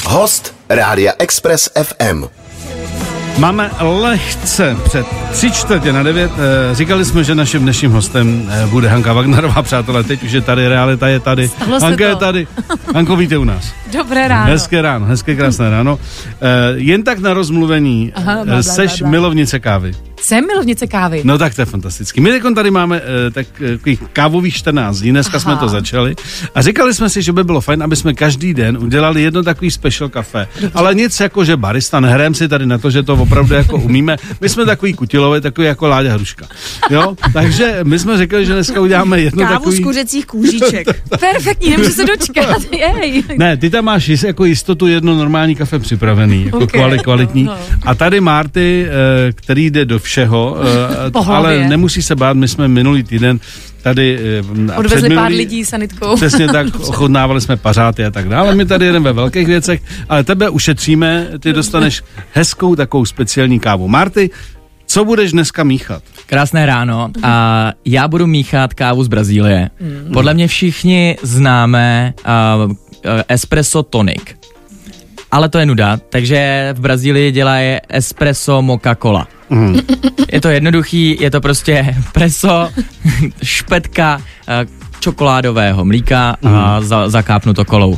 Host Rádia Express FM. Máme lehce před 8:45. Říkali jsme, že naším dnešním hostem bude Hanka Wagnerová, přátelé, teď už je tady, realita je tady. Hanka je tady. Hanko, vítej u nás. Dobré ráno. Hezké krásné ráno. Jen tak na rozmluvení, seš milovnice kávy. Jsem milovnice kávy. No tak to je fantastický. My tady máme takových kávových 14 dní, dneska jsme to začali a říkali jsme si, že by bylo fajn, aby jsme každý den udělali jedno takový special kafe. Ale nic jako, že barista, nehrajeme si tady na to, že to opravdu jako umíme. My jsme takový kutilové, takový jako Láďa Hruška. Jo? Takže my jsme řekli, že dneska uděláme jedno kávu takový... z kuřecích kůžíček. Perfektní, nemůžu se dočkat. Jej. Ne, ty tam máš jako jistotu jedno normální kafe připravený, jako kvalitní. No. A tady Marty, který jde do všeho, ale nemusí se bát, my jsme minulý týden tady odvezli pár lidí sanitkou. Přesně tak, ochutnávali jsme pařáty a tak dále. My tady jedeme ve velkých věcech, ale tebe ušetříme, ty dostaneš hezkou takovou speciální kávu. Marty, co budeš dneska míchat? Krásné ráno. A já budu míchat kávu z Brazílie. Podle mě všichni známe espresso tonic. Ale to je nuda, takže v Brazílii dělají espresso mocha cola. Je to jednoduchý, je to prostě preso, špetka čokoládového mlíka a zakápnuto kolou.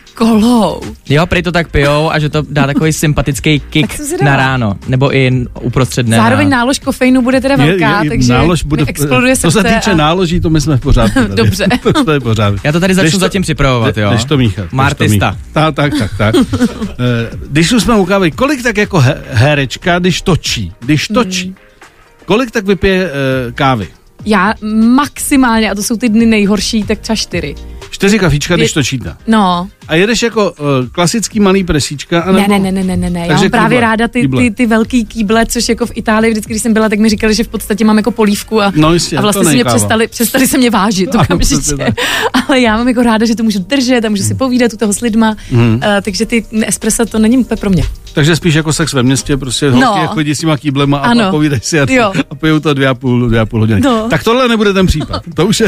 Jo, prý to tak pijou a že to dá takový sympatický kick na ráno, nebo i uprostřed dne. Zároveň nálož kofeinu bude teda velká, takže exploduje srdce. Co se týče náloží, to my jsme v pořádku. Dobře. To je pořádku. Já to tady začnu zatím připravovat, jo. Jdeš to míchat. Martista. Tak. Když už jsme u kávy, kolik tak jako herečka, když točí, kolik tak vypije kávy? Já maximálně, a to jsou ty dny nejhorší, tak třeba 4. 4 kafíčka, když točíte. No. A jedeš jako klasický malý presíčka? Anebo... Ne. Já mám právě ráda ty velký kýble, což jako v Itálii vždycky, když jsem byla, tak mi říkali, že v podstatě mám jako polívku a vlastně si mě přestali se mě vážit okamžitě. Ale já mám jako ráda, že to můžu držet a můžu si povídat u toho s lidma, takže ty espressa to není úplně pro mě. Takže spíš jako sex ve městě, prostě holky jako chodí s těma kýblema a povídají si a pijou to 2,5 hodiny. No. Tak tohle nebude ten případ.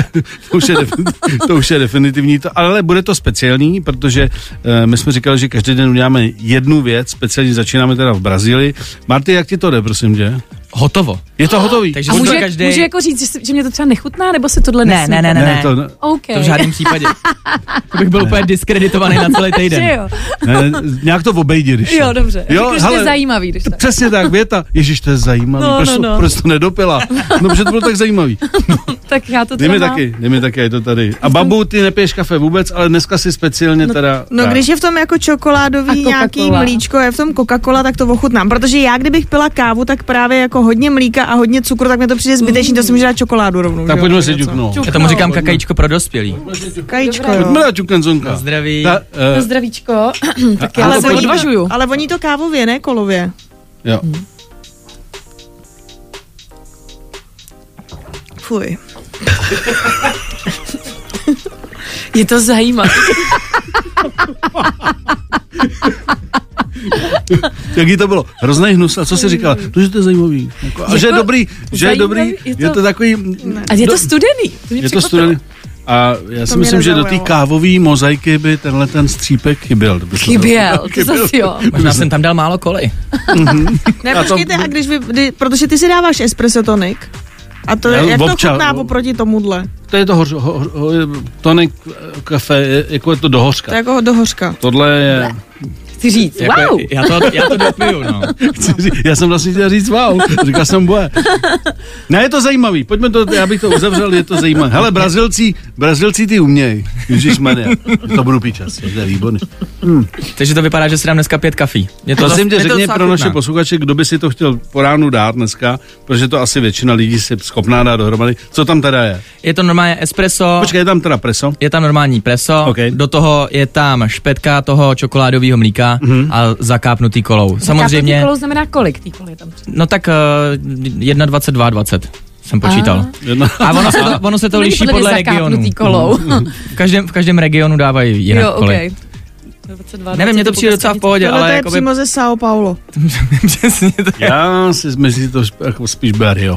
To už je definitivní. Ale bude to speciální, protože my jsme říkali, že každý den uděláme jednu věc, speciálně začínáme teda v Brazílii. Marty, jak ti to jde, prosím tě? Hotovo. Je to hotový. Takže můžu jako říct, že mě to třeba nechutná, nebo se tohle nesmí? Ne. Okay. To v žádném případě. To bych byl úplně diskreditovaný na celý týden. Ne, nějak to obejdi, když jo, dobře. Řekl, že to je zajímavý, když tak. Přesně tak, věta. Ježiš, to je zajímavý. Proč to nedopila? No, protože to bylo tak zajímavý. Tak já to teda Dej mi taky, je to tady. A babu, ty nepiješ kafe vůbec, ale dneska si speciálně teda... No, když je v tom jako čokoládový nějaký mlíčko, je v tom Coca-Cola, tak to ochutnám. Protože já, kdybych pila kávu, tak právě jako hodně mlíka a hodně cukru, tak mi to přijde zbytečný, to si může dát čokoládu rovnou. Tak pojďme si ťuknout. Já tomu říkám kakajíčko pro dospělí. Kakajíčko. Pojďme na ťuknenzonka. Na zdraví. Na zdravíčko. Tak já se odvažuju. Ale voní to kávově, ne kolově. Jo. Fuj. Je to zajímavé. Jaký to bylo? Hrozný hnus. A co jsi říkala? To, že to je zajímavý. A že je dobrý, je to takový... A je to studený. Je to studený. A já si myslím, že do té kávové mozaiky by tenhle ten střípek chyběl. To zase jo. Možná jsem tam dal málo koly. Ne, počkejte, a protože ty si dáváš espresso tonic, a to jak to chutná oproti tomuhle? To je to tonic kafe, jako je to do hořka. To je jako do hořka. Tohle je... Chci říct, wow. Já to dopiju, no. Já jsem vlastně chtěl říct wow, říkal jsem boje. Ne, je to zajímavý, pojďme to, já bych to uzavřel, je to zajímavé. Hele, Brazilci ty umějí, ježišmarja, to budu pít čas, to je výborný. Takže to vypadá, že si dám dneska 5 kafí. Prosím tě, řekni pro naše posluchače, kdo by si to chtěl po ránu dát dneska, protože to asi většina lidí si schopná dát dohromady. Co tam teda je? Je to normálně espresso. Počkej, je tam teda preso? Je tam normální preso, do toho je tam špetka toho čokoládového mlíka a zakápnutý kolou. Samozřejmě. Zakápnutý kolou znamená kolik tý kol je tam? No tak 21-22 jsem počítal. A ono se to liší podle regionu. V každém regionu dávají jinak kolik. 22, nevím, mě to přijde docela v pohodě, ale to je přímo ze São Paulo. Přesně tak. Já si myslím, že to jako spíš Berrio.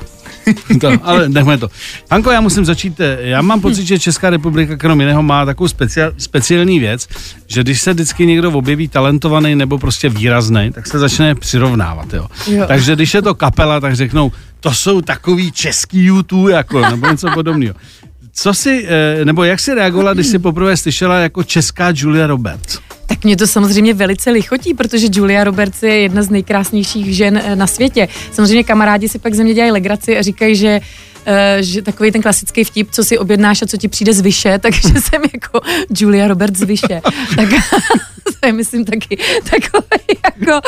Ale nechme to. Hanko, já musím začít, já mám pocit, že Česká republika krom jiného má takovou speciální věc, že když se vždycky někdo objeví talentovaný nebo prostě výrazný, tak se začne přirovnávat, jo. Takže když je to kapela, tak řeknou, to jsou takový český YouTube, jako, nebo něco podobného. Co si, nebo jak si reagovala, když si poprvé slyšela jako česká Julia Roberts? Tak mě to samozřejmě velice lichotí, protože Julia Roberts je jedna z nejkrásnějších žen na světě. Samozřejmě kamarádi si pak ze mě dělají legraci a říkají, že takový ten klasický vtip, co si objednáš a co ti přijde z Vyše, takže jsem jako Julia Roberts z Vyše. Tak to je, myslím, taky takový jako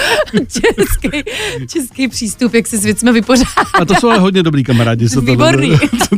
český přístup, jak si s věcmi vypořádat. A to jsou ale hodně dobrý kamarádi. Výborný.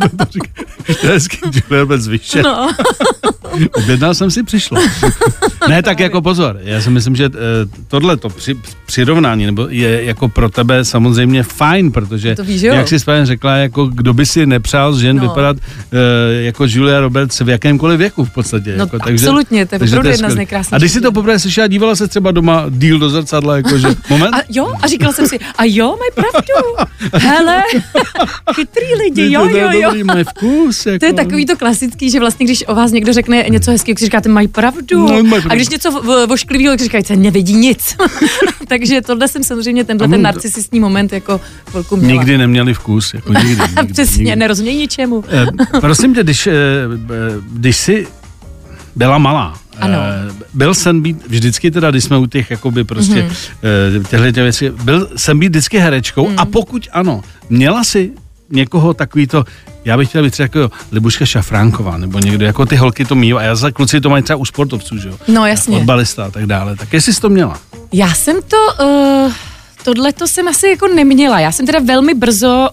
To je hezký, Julia Roberts z Vyše. No. Objednal jsem si, přišlo. Ne, tak jako pozor, já si myslím, že tohleto přirovnání nebo je jako pro tebe samozřejmě fajn, protože víš, jak jsi správně řekla, jako kdo by si nepřál z žen vypadat jako Julia Roberts v jakémkoliv věku v podstatě. No jako, absolutně, to je opravdu jedna z nejkrásnějších. A když si to poprvé slyšela, dívala se třeba doma díl do zrcadla, jakože moment? A říkala jsem si, mají pravdu. Hele, chytrý lidi, jo. Mají vkus. Jako. To je takový to klasický, že vlastně, když o vás někdo řekne něco hezkého, když říkáte, mají pravdu. A když něco vošklivého, tak říkají, nevědí nic. Takže tohle jsem samozřejmě ten narcisistní moment jako chvilku měla. Nikdy neměli vkus, jako nikdy. Přesně, nerozumějí ničemu. Prosím tě, když jsi byla malá, byl sen být vždycky teda, když jsme u těch jakoby prostě těchto věcí, byl sen být vždycky herečkou a pokud ano, měla si někoho takovýto, já bych chtěla být třeba jako Libuška Šafránková, nebo někdo, jako ty holky to mývají, a já za kluci to mají třeba u sportovců, že jo? No jasně. Fotbalista a tak dále, tak jestli jsi to měla? Já jsem to, tohleto jsem asi jako neměla, já jsem teda velmi brzo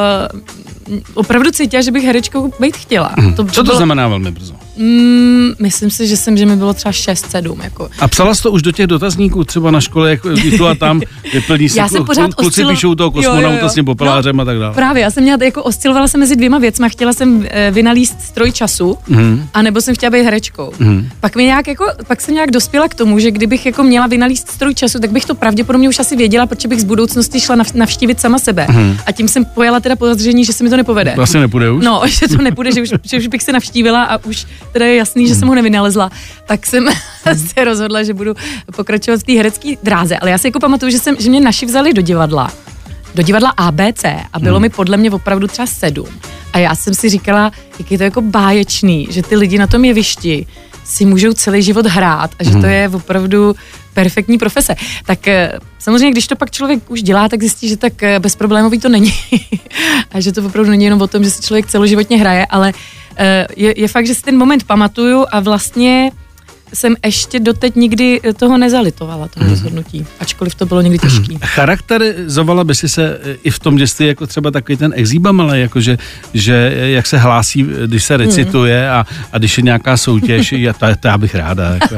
opravdu cítila, že bych herečkou být chtěla. Co to znamená velmi brzo? Myslím si, že mi bylo třeba 6-7. Jako. A psala jsi to už do těch dotazníků třeba na škole, jako tu a tam, vyplní se, kluci píšou toho kosmonauta s tím popelářem a tak dále. Právě, já jsem měla, jako oscilovala jsem mezi dvěma věcma, chtěla jsem vynalíst stroj času, anebo jsem chtěla být herečkou. Pak jsem nějak dospěla k tomu, že kdybych jako měla vynalíst stroj času, tak bych to pravděpodobně už asi věděla, protože bych z budoucnosti šla navštívit sama sebe. A tím jsem pojala teda podezření, že se mi to nepovede. To asi nepůjde už? No, že to nepůjde, že už bych se navštívila a už teda je jasný, že jsem ho nevynalezla, tak jsem se rozhodla, že budu pokračovat v té herecké dráze. Ale já si jako pamatuju, že mě naši vzali do divadla ABC a bylo mi podle mě opravdu třeba 7. A já jsem si říkala, jak je to jako báječný, že ty lidi na tom jevišti si můžou celý život hrát a že to je opravdu perfektní profese. Tak samozřejmě, když to pak člověk už dělá, tak zjistí, že tak bezproblémový to není. A že to opravdu není jenom o tom, že si člověk celoživotně hraje, ale je fakt, že si ten moment pamatuju a vlastně jsem ještě doteď nikdy toho nezalitovala, toho rozhodnutí, ačkoliv to bylo někdy těžký. Charakterizovala by si se i v tom dětství jako třeba takový ten exíbam, ale jakože, že jak se hlásí, když se recituje a když je nějaká soutěž, to já bych ráda. Jako.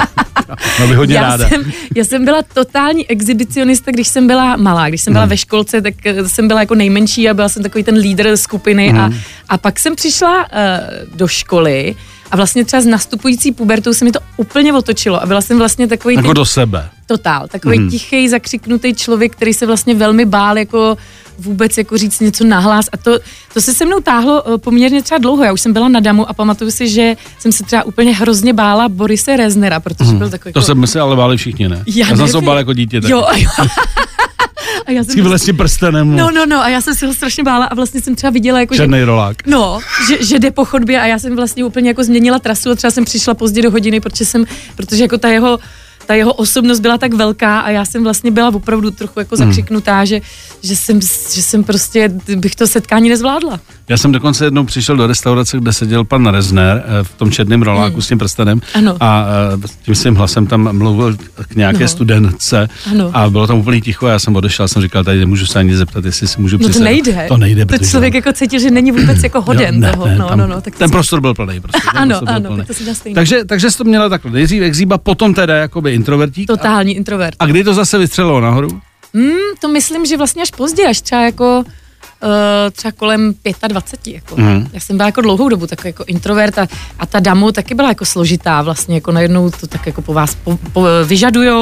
Já jsem byla totální exhibicionista, když jsem byla malá. Když jsem byla ve školce, tak jsem byla jako nejmenší a byla jsem takový ten lídr skupiny a pak jsem přišla do školy a vlastně třeba s nastupující pubertou se mi to úplně otočilo a byla jsem vlastně takový... Jako do sebe. Totál, takový tichý, zakřiknutý člověk, který se vlastně velmi bál jako vůbec jako říct něco nahlas a to se mnou táhlo poměrně třeba dlouho. Já už jsem byla na damu a pamatuju si, že jsem se třeba úplně hrozně bála Borise Reznera, protože byl takový... To jsme si ale báli všichni, ne? Já jsem se bál jako dítě. Tak. Jo. A já jsem vlastně prstenem. No, a já jsem si ho strašně bála a vlastně jsem třeba viděla jako, černej rolák. No, že jde po chodbě a já jsem vlastně úplně jako změnila trasu a třeba jsem přišla pozdě do hodiny, protože jako ta jeho osobnost byla tak velká a já jsem vlastně byla opravdu trochu jako zakřiknutá, že jsem prostě, bych to setkání nezvládla. Já jsem dokonce jednou přišel do restaurace, kde seděl pan Rezner v tom černém roláku s tím prstenem a tím svým hlasem tam mluvil k nějaké studentce a bylo tam úplně ticho a já jsem odešel, jsem říkal, tady nemůžu se ani zeptat, jestli si můžu přisednout. To nejde. To nejde. To člověk jako cítil, že není vůbec jako hoden toho. Tak ten prostor byl plný prostě. Ano, tak to si dá stejně. Takže jsi to měla takhle, nejdřív exíba, potom teda jakoby introvertík. Totální introvert. A kdy to zase vystřelilo nahoru? To myslím, že vlastně až pozdě, až třeba jako třeba kolem 25. Jako. Já jsem byla jako dlouhou dobu takový jako introvert a ta damu taky byla jako složitá vlastně, jako najednou to tak jako po vás vyžadujou a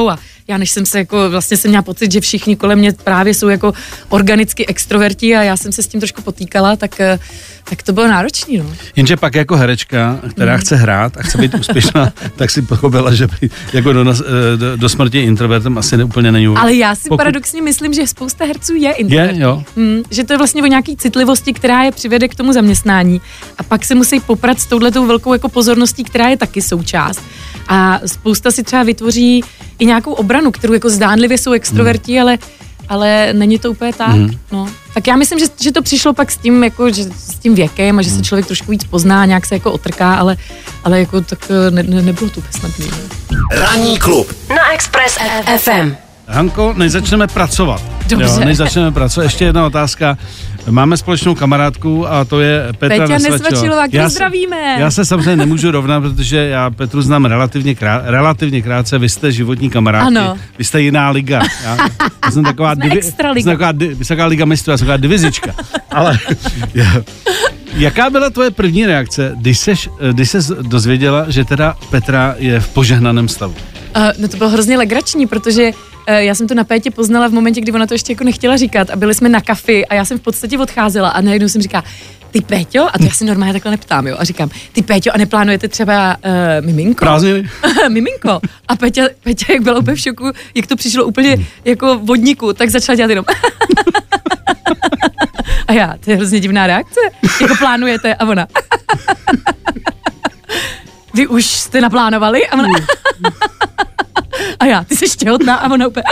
já než jsem se jako, vlastně jsem měla pocit, že všichni kolem mě právě jsou jako organicky extroverti a já jsem se s tím trošku potýkala, tak to bylo náročný, no. Jenže pak jako herečka, která chce hrát a chce být úspěšná, tak si pochopila, že jako do smrti introvertem asi úplně není. Ale já si paradoxně myslím, že spousta herců je introvertů. Jo. Že to je vlastně o nějaký citlivosti, která je přivede k tomu zaměstnání a pak se musí poprat s touhletou velkou jako pozorností, která je taky součást. A spousta si třeba vytvoří i nějakou obranu, kterou jako zdánlivě jsou extroverti, ale není to úplně tak. No. Tak já myslím, že to přišlo pak s tím, jako, že s tím věkem a že se člověk trošku víc pozná, nějak se jako otrká, ale jako tak nebylo to úplně snadné. Ranní klub na Express FM. Hanko, než začneme pracovat. Dobře. Jo, než začneme pracovat, ještě jedna otázka. Máme společnou kamarádku a to je Petra Nesvačilová, kterou zdravíme. Já se samozřejmě nemůžu rovnat, protože já Petru znám relativně krátce, vy jste životní kamarádky. Ano. Vy jste jiná liga. Já jsem taková vysoká liga mistrů, já jsem taková divizička. Ale jaká byla tvoje první reakce, když ses dozvěděla, že teda Petra je v požehnaném stavu? No to bylo hrozně legrační, protože já jsem to na Pétě poznala v momentě, kdy ona to ještě jako nechtěla říkat a byli jsme na kafi a já jsem v podstatě odcházela a najednou jsem říká, ty Péťo, a to já se normálně takhle neptám, jo, a říkám, ty Péťo, a neplánujete třeba miminko? Prázdniny. Miminko. A Péťa, jak byla úplně v šoku, jak to přišlo úplně jako vodníku, tak začala dělat jenom a já, to je hrozně divná reakce, jako plánujete a ona vy už jste naplánovali? A ona a já, ty jsi těhotná a ona úplně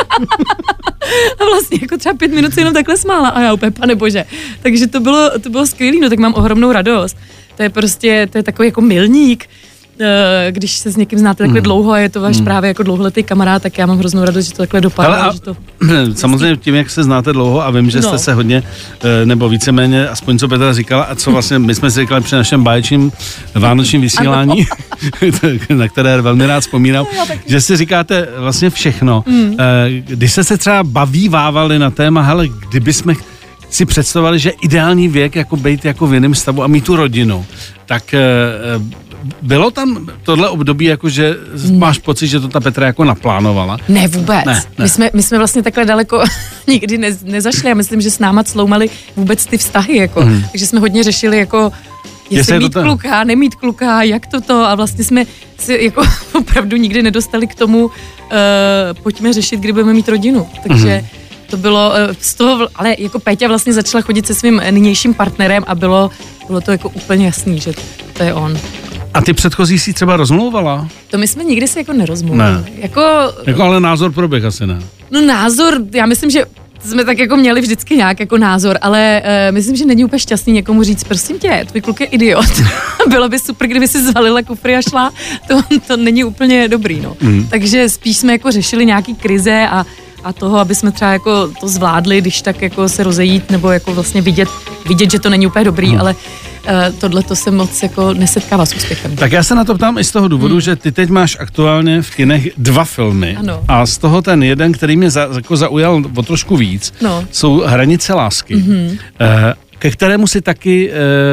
a vlastně jako třeba 5 minut se jenom takhle smála a já úplně, pane bože. Takže to bylo skvělý, no tak mám ohromnou radost. To je prostě, to je takový jako milník, když se s někým znáte takhle dlouho a je to váš právě jako dlouholetý kamarád, tak já mám hroznou radost, že to takhle dopadlo. Samozřejmě tím, jak se znáte dlouho a vím, že jste se hodně, nebo víceméně, aspoň co Petra říkala, a co vlastně my jsme si říkali při našem báječním vánočním vysílání, na které velmi rád vzpomínám, že si říkáte vlastně všechno. Když jste se třeba bavívávali na téma, hele, kdyby jsme si představovali, že ideální věk jako být jako v jiném stavu a mít tu rodinu, tak bylo tam tohle období, jako že máš pocit, že to ta Petra jako naplánovala? Ne, vůbec. Ne. My jsme vlastně takhle daleko nikdy nezašli. Já myslím, že s náma cloumali vůbec ty vztahy, jako. Takže jsme hodně řešili, jako jestli mít kluka, nemít kluka, jak to a vlastně jsme si jako opravdu nikdy nedostali k tomu, pojďme řešit, kdy budeme mít rodinu. Takže to bylo z toho, ale jako Péťa vlastně začala chodit se svým nynějším partnerem a bylo to jako úplně jasný, že to je on. A ty předchozí si třeba rozmlouvala? To my jsme nikdy si jako nerozmluvili. Ne. Jako ale názor proběh asi ne. No názor, já myslím, že jsme tak jako měli vždycky nějak jako názor, ale myslím, že není úplně šťastný někomu říct, prosím tě, tvůj kluk je idiot. Bylo by super, kdyby si zvalila kufry a šla. To není úplně dobrý, no. Takže spíš jsme jako řešili nějaký krize a toho, aby jsme třeba jako to zvládli, když tak jako se rozejít, nebo jako vlastně vidět, že to není úplně dobrý, ale tohle to se moc jako nesetkává s úspěchem. Tak já se na to ptám i z toho důvodu, že ty teď máš aktuálně v kinech 2 filmy. Ano. A z toho ten jeden, který mě jako zaujal o trošku víc, jsou Hranice lásky, ke kterému si taky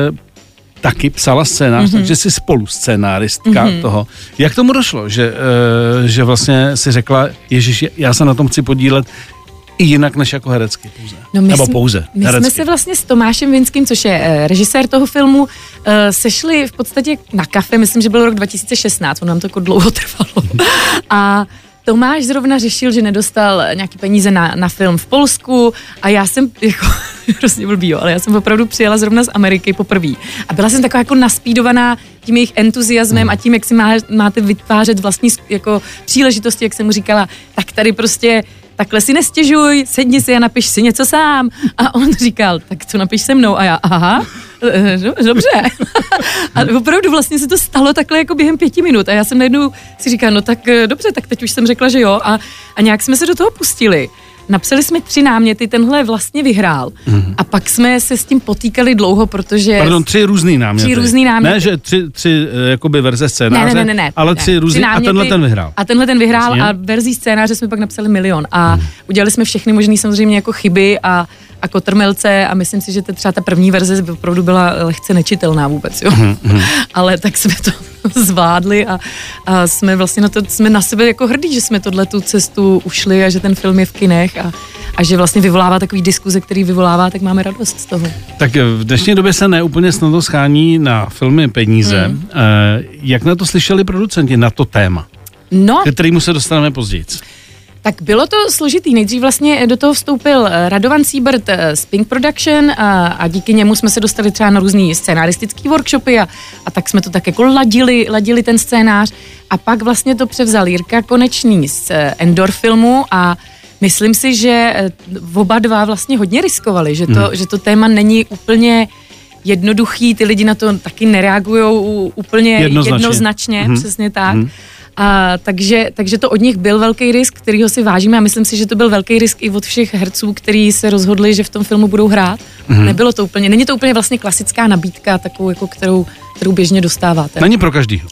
psala scénář, takže jsi spolu scénáristka toho. Jak tomu došlo, že vlastně si řekla, ježiš, já se na tom chci podílet i jinak než jako herecky pouze? Nebo pouze My herecky. jsme se vlastně s Tomášem Vinským, což je režisér toho filmu, sešli v podstatě na kafe, myslím, že byl rok 2016, on nám to jako dlouho trvalo. A Tomáš zrovna řešil, že nedostal nějaký peníze na film v Polsku a já jsem jako hrozně blbý, ale já jsem opravdu přijela zrovna z Ameriky poprvé. A byla jsem taková jako naspídovaná tím jejich entuziasmem a tím, jak si máte vytvářet vlastní jako příležitosti, jak jsem mu říkala, tak tady prostě takhle si nestěžuj, sedni si a napiš si něco sám. A on říkal, tak to napiš se mnou. A já, aha, dobře. A opravdu vlastně se to stalo takhle jako během 5 minut. A já jsem najednou si říkala, no tak dobře, tak teď už jsem řekla, že jo. A nějak jsme se do toho pustili. Napsali jsme 3 náměty, tenhle vlastně vyhrál. A pak jsme se s tím potýkali dlouho, protože... Pardon, 3 různý náměty. 3 různý náměty. Ne, že 3 jakoby verze scénáře, ne, ale 3 různý a tenhle ten vyhrál. A tenhle ten vyhrál a verzí scénáře jsme pak napsali 1 000 000 a udělali jsme všechny možný samozřejmě jako chyby a a kotrmelce a myslím si, že třeba ta první verze opravdu byla lehce nečitelná vůbec, jo. Ale tak jsme to zvládli a jsme vlastně jsme na sebe jako hrdí, že jsme tu cestu ušli a že ten film je v kinech a že vlastně vyvolává takový diskuze, který vyvolává, tak máme radost z toho. Tak v dnešní době se neúplně snadno schání na filmy peníze. Jak na to slyšeli producenti, na to téma? No, ke kterému se dostaneme později. Tak bylo to složitý. Nejdřív vlastně do toho vstoupil Radovan Siebert z Pink Production a díky němu jsme se dostali třeba na různý scénaristický workshopy a tak jsme to tak jako ladili ten scénář a pak vlastně to převzal Jirka Konečný z Endor filmu a myslím si, že oba dva vlastně hodně riskovali, že to téma není úplně jednoduchý, ty lidi na to taky nereagujou úplně jednoznačně přesně tak. Takže to od nich byl velký risk, kterýho si vážíme a myslím si, že to byl velký risk i od všech herců, kteří se rozhodli, že v tom filmu budou hrát. Není to úplně vlastně klasická nabídka, takovou, jako kterou běžně dostáváte. Není pro každýho.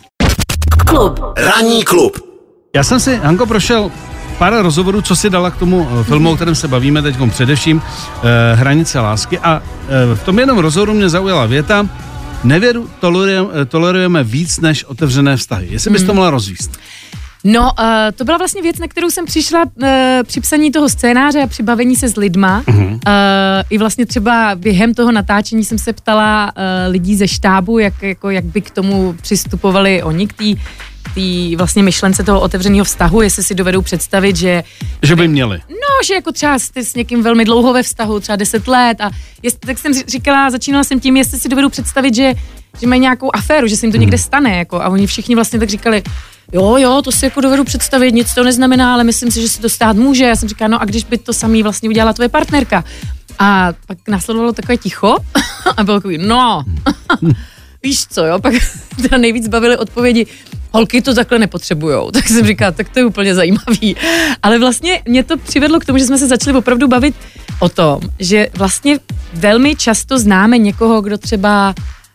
Ranní klub. Já jsem si, Hanko, prošel pár rozhovorů, co si dala k tomu filmu, o kterém se bavíme teď především, Hranice lásky a v tom jednom rozhovoru mě zaujala věta: nevěru tolerujeme víc než otevřené vztahy. Jestli bys to mohla rozvíst? No, to byla vlastně věc, na kterou jsem přišla při psaní toho scénáře a při bavení se s lidma. I vlastně třeba během toho natáčení jsem se ptala lidí ze štábu, jak by k tomu přistupovali oni, k té vlastně myšlence toho otevřeného vztahu, jestli si dovedou představit, že by měli. No, že jako třeba jste s někým velmi dlouho ve vztahu, třeba 10 let a tak jsem začínala jsem tím, jestli si dovedou představit, že mají nějakou aféru, že se jim to někde stane, jako, a oni všichni vlastně tak říkali, jo, to si jako dovedu představit, nic to neznamená, ale myslím si, že se to stát může. Já jsem říkala, no a když by to samý vlastně udělala tvoje partnerka. A pak následovalo takové ticho a bylo takový, no, víš co, jo, pak teda nejvíc bavily odpovědi, holky to takhle nepotřebujou, tak jsem říkala, tak to je úplně zajímavý. Ale vlastně mě to přivedlo k tomu, že jsme se začali opravdu bavit o tom, že vlastně velmi často známe někoho, kdo třeba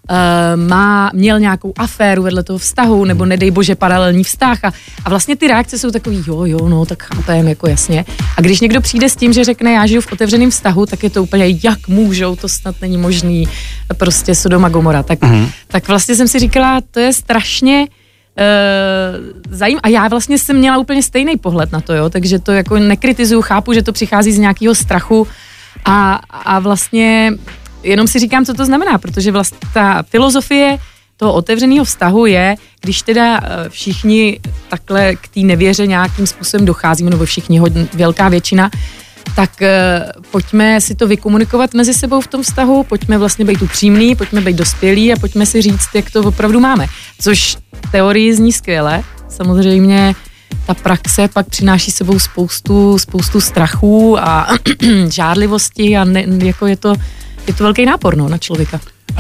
měl nějakou aféru vedle toho vztahu, nebo nedej bože paralelní vztah a vlastně ty reakce jsou takový, jo, no, tak chápem, jako jasně. A když někdo přijde s tím, že řekne, já žiju v otevřeném vztahu, tak je to úplně, jak můžou, to snad není možný, prostě Sodoma Gomora. Tak vlastně jsem si říkala, to je strašně zajímavé. A já vlastně jsem měla úplně stejný pohled na to, jo, takže to jako nekritizuju, chápu, že to přichází z nějakého strachu a vlastně jenom si říkám, co to znamená, protože vlastně ta filozofie toho otevřeného vztahu je, když teda všichni takhle k té nevěře nějakým způsobem docházíme, nebo všichni, velká většina, tak pojďme si to vykomunikovat mezi sebou v tom vztahu, pojďme vlastně být upřímný, pojďme být dospělí a pojďme si říct, jak to opravdu máme. Což teorii zní skvěle, samozřejmě ta praxe pak přináší sebou spoustu strachů a žádlivosti a jako je to velký nápor, no, na člověka.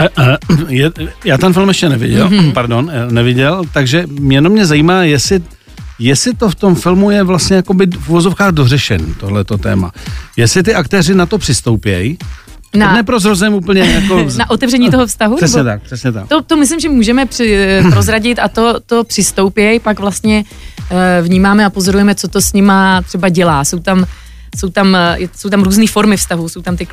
Já ten film ještě neviděl, takže mě zajímá, jestli to v tom filmu je vlastně jakoby v uvozovkách dořešen, tohleto téma. Jestli ty aktéři na to přistoupějí, neprozrazím úplně jako... Na otevření toho vztahu? Přesně tak. To myslím, že můžeme prozradit a to přistoupějí, pak vlastně vnímáme a pozorujeme, co to s nima třeba dělá. Jsou tam různé formy vztahu, jsou tam ty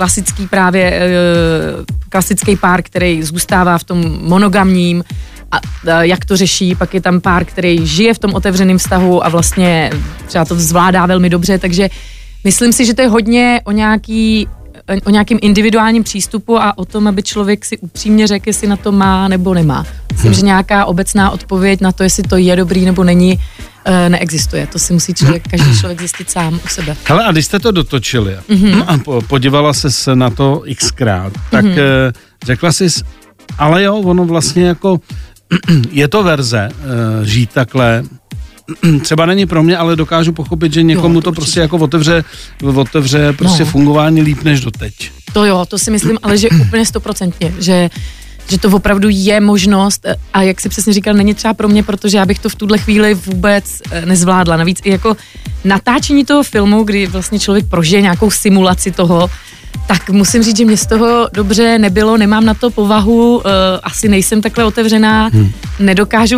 klasický pár, který zůstává v tom monogamním a jak to řeší, pak je tam pár, který žije v tom otevřeném vztahu a vlastně třeba to zvládá velmi dobře, takže myslím si, že to je hodně o nějakým individuálním přístupu a o tom, aby člověk si upřímně řekl, jestli na to má nebo nemá. Myslím, že nějaká obecná odpověď na to, jestli to je dobrý nebo není, neexistuje. To si musí každý člověk zjistit sám u sebe. Hele, a když jste to dotočili a podívala se na to xkrát, tak řekla jsi, ale jo, ono vlastně jako je to verze žít takhle, třeba není pro mě, ale dokážu pochopit, že někomu to prostě jako otevře prostě fungování líp než doteď. To si myslím, ale že úplně 100%, že to opravdu je možnost a jak si přesně říkal, není třeba pro mě, protože já bych to v tuhle chvíli vůbec nezvládla. Navíc i jako natáčení toho filmu, kdy vlastně člověk prožije nějakou simulaci toho, tak musím říct, že mě z toho dobře nebylo, nemám na to povahu, asi nejsem takhle otevřená, nedokážu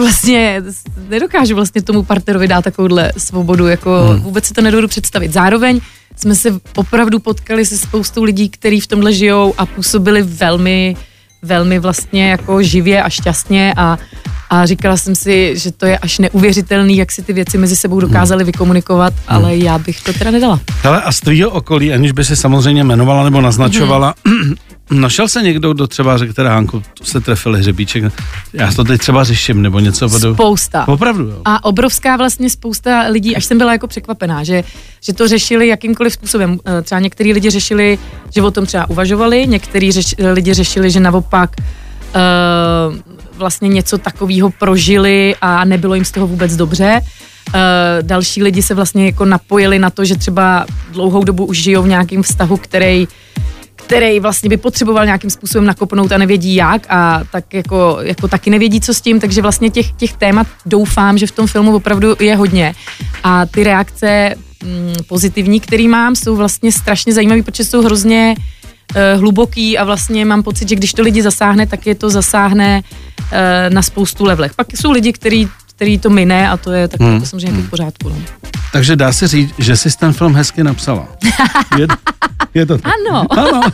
vlastně tomu partnerovi dát takovouhle svobodu, jako vůbec si to nedovedu představit. Zároveň jsme se opravdu potkali se spoustou lidí, kteří v tomhle žijou a působili velmi, velmi vlastně jako živě a šťastně a říkala jsem si, že to je až neuvěřitelný, jak si ty věci mezi sebou dokázali vykomunikovat, ale já bych to teda nedala. Hele, a z tvýho okolí, aniž by se samozřejmě jmenovala nebo naznačovala, našel se někdo, kdo třeba řekl, teda Hanko, to se trefil hřebíček, já to teď třeba řeším, nebo něco. Spousta. Opravdu, jo. A obrovská vlastně spousta lidí, až jsem byla jako překvapená, že to řešili jakýmkoliv způsobem. Třeba některý lidi řešili, že o tom třeba uvažovali, některý lidi řešili, že naopak vlastně něco takového prožili a nebylo jim z toho vůbec dobře. Další lidi se vlastně jako napojili na to, že třeba dlouhou dobu už žijou v nějakém vztahu, který vlastně by potřeboval nějakým způsobem nakopnout a nevědí jak a tak jako taky nevědí, co s tím, takže vlastně těch témat doufám, že v tom filmu opravdu je hodně. A ty reakce pozitivní, který mám, jsou vlastně strašně zajímavý, protože jsou hrozně hluboký a vlastně mám pocit, že když to lidi zasáhne, tak je to zasáhne na spoustu levelech. Pak jsou lidi, který to mine a to je tak jako samozřejmě v pořádku. No. Takže dá se říct, že jsi ten film hezky napsala. Je to tak? Ano.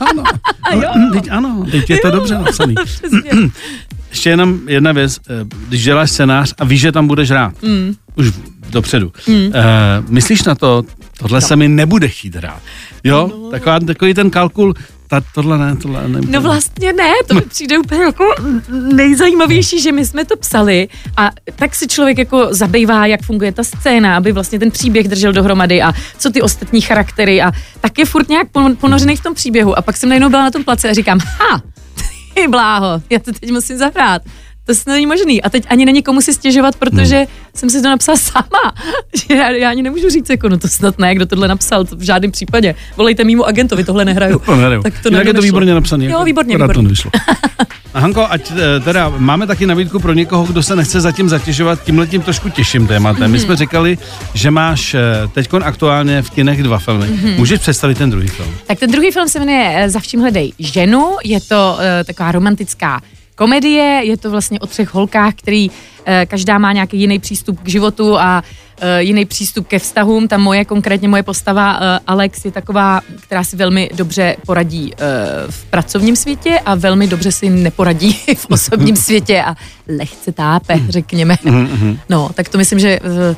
Ano, teď je to dobře napsaný. Ještě jenom jedna věc, když děláš scénář a víš, že tam budeš hrát, už dopředu, myslíš na to, tohle se mi nebude chtít hrát, jo? No. Takový ten kalkul, tohle ne. No vlastně ne, to mi přijde úplně jako nejzajímavější, že my jsme to psali a tak si člověk jako zabývá, jak funguje ta scéna, aby vlastně ten příběh držel dohromady a co ty ostatní charaktery a tak je furt nějak ponořený v tom příběhu a pak jsem najednou byla na tom place a říkám, ty bláho, já to teď musím zahrát. To není možný. A teď ani není komu si stěžovat, protože jsem si to napsala sama. Já ani nemůžu říct, jako, no to snad ne, kdo tohle napsal, to v žádném případě. Volejte mýmu agentovi, tohle nehraju. Tak to je to výborně napsaný. Jo, výborně. To nevyšlo. A Hanko, ať teda máme taky nabídku pro někoho, kdo se nechce zatím zatěžovat tímhletím trošku těžším tématem. My jsme říkali, že máš teďkon aktuálně v kinech 2 filmy. Můžeš představit ten druhý film? Tak ten druhý film se jmenuje Za vším hledej ženu. Je to taková romantická komedie, je to vlastně o 3 holkách, který každá má nějaký jiný přístup k životu a jiný přístup ke vztahům. Ta konkrétně moje postava Alex je taková, která si velmi dobře poradí v pracovním světě a velmi dobře si neporadí v osobním světě a lehce tápe, řekněme. No, tak to myslím, že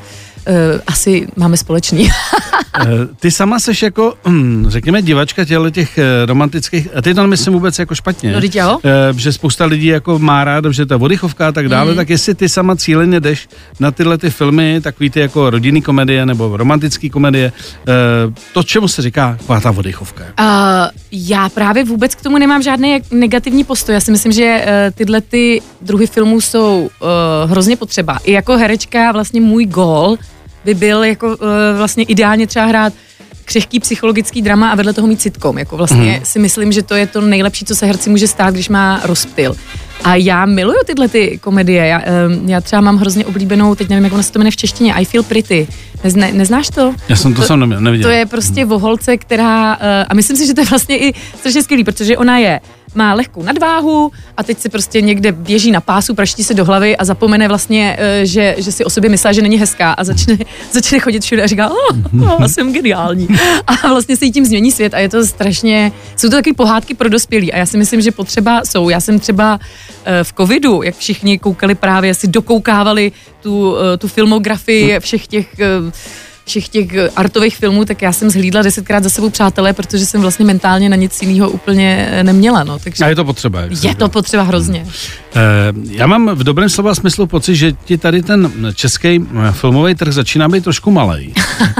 asi máme společný. Ty sama seš jako, řekněme, divačka těch romantických, a ty to nemyslím vůbec jako špatně. No, jo. Že spousta lidí jako má rád, že ta oddychovka a tak dále, tak jestli ty sama cíleně jdeš na tyhle ty filmy, takový ty jako rodinný komedie nebo romantický komedie, to čemu se říká ta oddychovka? Já právě vůbec k tomu nemám žádný negativní postoj. Já si myslím, že tyhle ty druhy filmů jsou hrozně potřeba. I jako herečka vlastně můj gól by byl jako vlastně ideálně třeba hrát křehký psychologický drama a vedle toho mít sitcom. Jako vlastně si myslím, že to je to nejlepší, co se herci může stát, když má rozptyl. A já miluju tyhle ty komedie. Já třeba mám hrozně oblíbenou, teď nevím, jak ona se to jmenuje v češtině, I Feel Pretty. Neznáš to? Já jsem to sám neviděl. To je prostě o holce, která, a myslím si, že to je vlastně i strašně skvělý, protože ona má lehkou nadváhu a teď se prostě někde běží na pásu, praští se do hlavy a zapomene vlastně, že si o sobě myslí, že není hezká a začne chodit všude a říká, jsem geniální. A vlastně se jí tím změní svět a je to strašně, jsou to takové pohádky pro dospělí a já si myslím, že potřeba jsou. Já jsem třeba v covidu, jak všichni koukali právě, si dokoukávali tu filmografii všech těch artových filmů, tak já jsem zhlídla 10krát za sebou Přátelé, protože jsem vlastně mentálně na nic jiného úplně neměla. No. Takže a je to potřeba. Je to potřeba hrozně. Já mám v dobrém slova smyslu pocit, že ti tady ten český filmový trh začíná být trošku malej.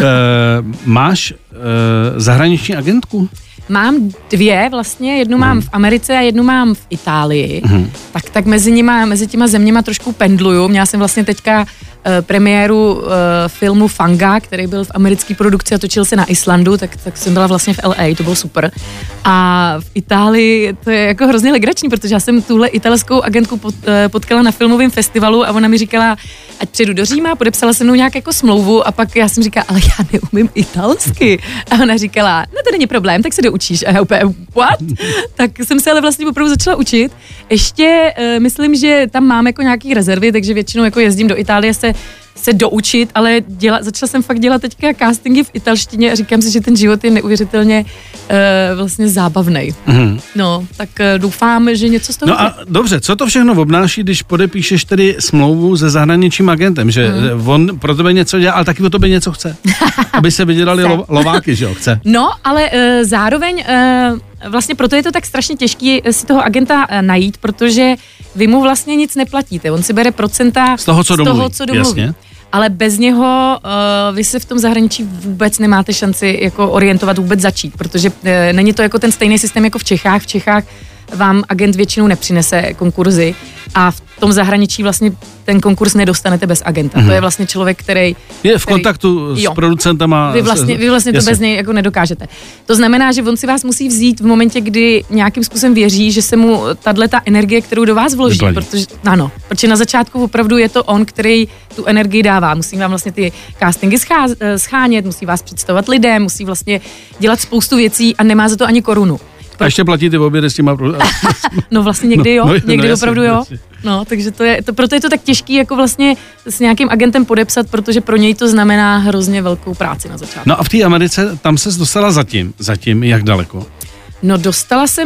Máš zahraniční agentku? Mám 2 vlastně, jednu mám v Americe a jednu mám v Itálii. Tak mezi těma zeměma trošku pendluju. Měla jsem vlastně teďka premiéru filmu Fanga, který byl v americké produkci a točil se na Islandu, tak jsem byla vlastně v LA, to bylo super. A v Itálii to je jako hrozně legrační, protože já jsem tuhle italskou agentku potkala na filmovém festivalu a ona mi říkala, ať přijedu do Říma, podepsala se mnou nějak jako smlouvu a pak já jsem říkala, ale já neumím italsky. A ona říkala, no to není problém, tak se doučíš. A já úplně, what? Tak jsem se ale vlastně opravdu začala učit. Ještě myslím, že tam mám jako nějaký rezervy, takže většinou jako jezdím do Itálie se se doučit, ale začala jsem fakt dělat teďka castingy v italštině a říkám si, že ten život je neuvěřitelně vlastně zábavnej. No, tak doufám, že něco z toho... No a dobře, co to všechno obnáší, když podepíšeš tedy smlouvu se zahraničním agentem, že on pro tebe něco dělá, ale taky o tobě něco chce, aby se vydělali lováky, že jo, chce. No, ale zároveň vlastně proto je to tak strašně těžký si toho agenta najít, protože vy mu vlastně nic neplatíte, on si bere procenta z toho, co domluví. Jasně. Ale bez něho vy se v tom zahraničí vůbec nemáte šanci jako orientovat, vůbec začít, protože není to jako ten stejný systém jako v Čechách. V Čechách vám agent většinou nepřinese konkurzy a v tom zahraničí vlastně ten konkurs nedostanete bez agenta. To je vlastně člověk, který je v kontaktu s producentama. Vy vlastně to bez něj jako nedokážete. To znamená, že on si vás musí vzít v momentě, kdy nějakým způsobem věří, že se mu tato energie, kterou do vás vloží, protože na začátku opravdu je to on, který tu energii dává. Musí vám vlastně ty castingy schánět, musí vás představovat lidem, musí vlastně dělat spoustu věcí a nemá za to ani korunu. A ještě platí ty obědy s těma... No vlastně někdy jo, někdy opravdu jo. No, takže proto je to tak těžký jako vlastně s nějakým agentem podepsat, protože pro něj to znamená hrozně velkou práci na začátku. No a v té Americe, tam ses dostala zatím jak daleko? No dostala jsem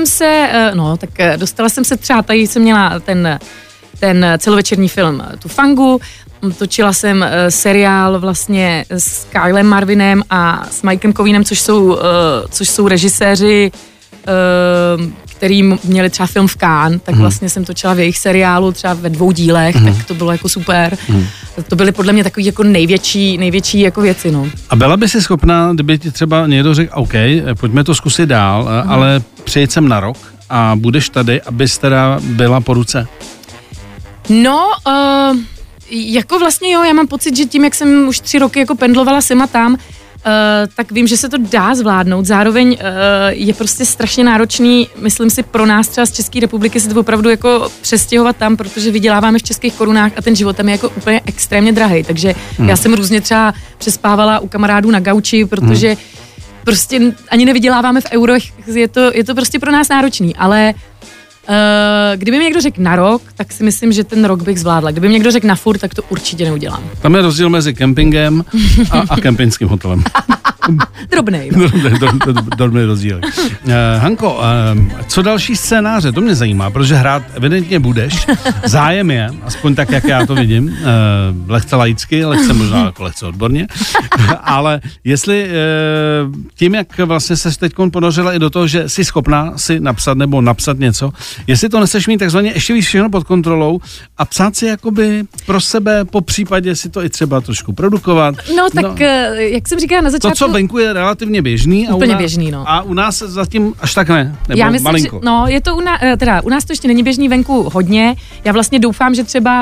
se třeba, tady jsem měla ten celovečerní film Tu Fangu, točila jsem seriál vlastně s Kylem Marvinem a s Mikem Kovinem, což jsou režiséři, který měli třeba film v Cannes, tak vlastně jsem točila v jejich seriálu třeba ve 2 dílech, tak to bylo jako super. To byly podle mě takový jako největší jako věci, no. A byla by si schopná, kdyby ti třeba někdo řekl, OK, pojďme to zkusit dál, ale přijeď sem na rok a budeš tady, abys teda byla po ruce? No, jako vlastně jo, já mám pocit, že tím, jak jsem už 3 roky jako pendlovala sem a tam, tak vím, že se to dá zvládnout. Zároveň je prostě strašně náročný, myslím si, pro nás třeba z České republiky se to opravdu jako přestěhovat tam, protože vyděláváme v českých korunách a ten život tam je jako úplně extrémně drahý. Takže já jsem různě třeba přespávala u kamarádů na gauči, protože prostě ani nevyděláváme v eurech, je to prostě pro nás náročný, ale kdyby mi někdo řekl na rok, tak si myslím, že ten rok bych zvládla. Kdyby mi někdo řekl na furt, tak to určitě neudělám. Tam je rozdíl mezi kempingem a kempingským hotelem. Drobnej. Drobný rozdíl. Hanko, co další scénáře? To mě zajímá, protože hrát evidentně budeš. Zájem je, aspoň tak, jak já to vidím. Lehce laicky, možná jako lehce odborně. Ale jestli tím, jak vlastně ses teď ponořila i do toho, že jsi schopná si napsat něco, jestli to neseš mít takzvaně ještě víc všechno pod kontrolou a psát si jakoby pro sebe, po případě si to i třeba trošku produkovat. No tak, jak jsem říkala na začátku... To, co venku je relativně běžný. A u nás zatím až tak ne, nebo já myslím, malinko. Je to u nás to ještě není běžný, venku hodně. Já vlastně doufám, že třeba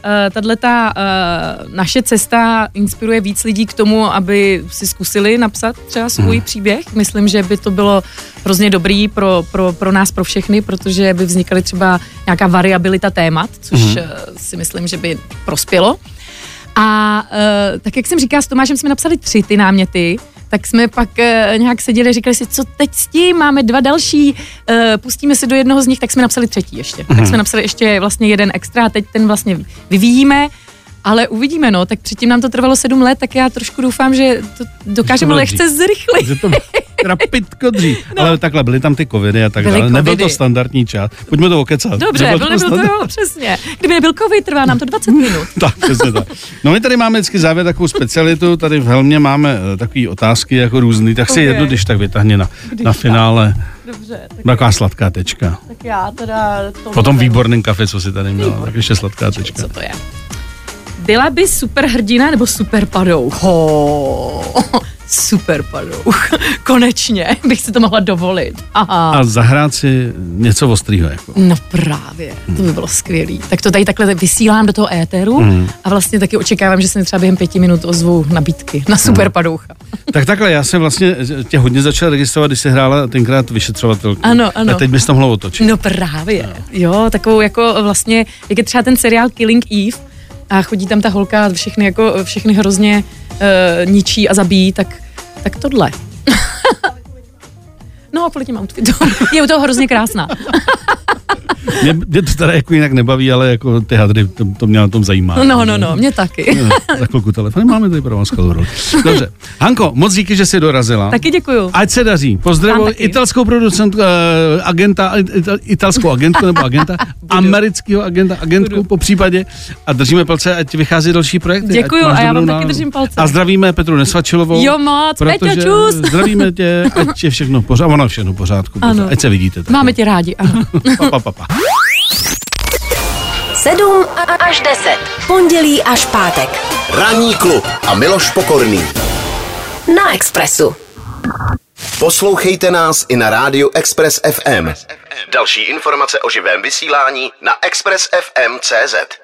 naše cesta inspiruje víc lidí k tomu, aby si zkusili napsat třeba svůj příběh. Myslím, že by to bylo hrozně dobrý pro nás, pro všechny, protože by vznikaly třeba nějaká variabilita témat, což si myslím, že by prospělo. A tak jak jsem říkala, s Tomášem jsme napsali 3 ty náměty, tak jsme pak nějak seděli a říkali si, co teď s tím, máme 2 další, pustíme se do jednoho z nich, tak jsme napsali 3. ještě. Tak jsme napsali ještě vlastně 1 extra a teď ten vlastně vyvíjíme, ale uvidíme, no, tak předtím nám to trvalo 7 let, tak já trošku doufám, že to dokážeme lehce zrychlit. Že to trapitko dřív. No. Ale takhle, byly tam ty covidy a tak dále. Nebyl to standardní čas. Pojďme to okecat. Dobře, nebyl to přesně. Kdyby nebyl covid, trvá nám to 20 minut. Tak, přesně tak. No my tady máme vždycky závěr takovou specialitu, tady v Helmě máme takové otázky jako různý, tak si jednu, když tak vytáhni na finále. Dobře. Taková sladká tečka. Tak já teda... Potom výborným kafe, co si tady měla, tak ještě sladká tečka. Co to je? Byla by superhrdina nebo superpadouch? Superpadouch. Konečně bych si to mohla dovolit. Aha. A zahrát si něco ostrýho. Jako. No právě, to by bylo skvělý. Tak to tady takhle vysílám do toho éteru a vlastně taky očekávám, že se mi třeba během 5 minut ozvou nabídky na superpadoucha. Tak takhle, já jsem vlastně tě hodně začal registrovat, když jsi hrála tenkrát vyšetřovatelku. Ano. A teď bys to mohla otočit. No právě, jo, takovou jako vlastně, jak je třeba ten seriál Killing Eve, a chodí tam ta holka a všechny hrozně ničí a zabíjí, tak tohle. No a kvůli těm outfitům. Je u toho hrozně krásná. Mě to teda jako jinak nebaví, ale jako ty hadry, to mě na tom zajímá. No, mě taky. Za chvilku telefon. Máme tady pro vás kalorů. Dobře. Hanko, moc díky, že jsi dorazila. Taky děkuju. Ať se daří. Pozdravuji italskou producentku, italskou agentku nebo agenta, amerického agentku po případě a držíme palce, ať vychází další projekty. Děkuju a já vám taky držím palce. A zdravíme Petru Nesvačilovou. Jo moc, Peťo, čus. Zdravíme tě, ať je všechno v pořádku. Ono všechno v pořádku. Ať se vidíte. Tak. Máme tě rádi, ano. Pa. 7 až 10. Pondělí až pátek. Ranní klub a Miloš Pokorný. Na Expressu. Poslouchejte nás i na rádiu Express FM. Další informace o živém vysílání na expressfm.cz.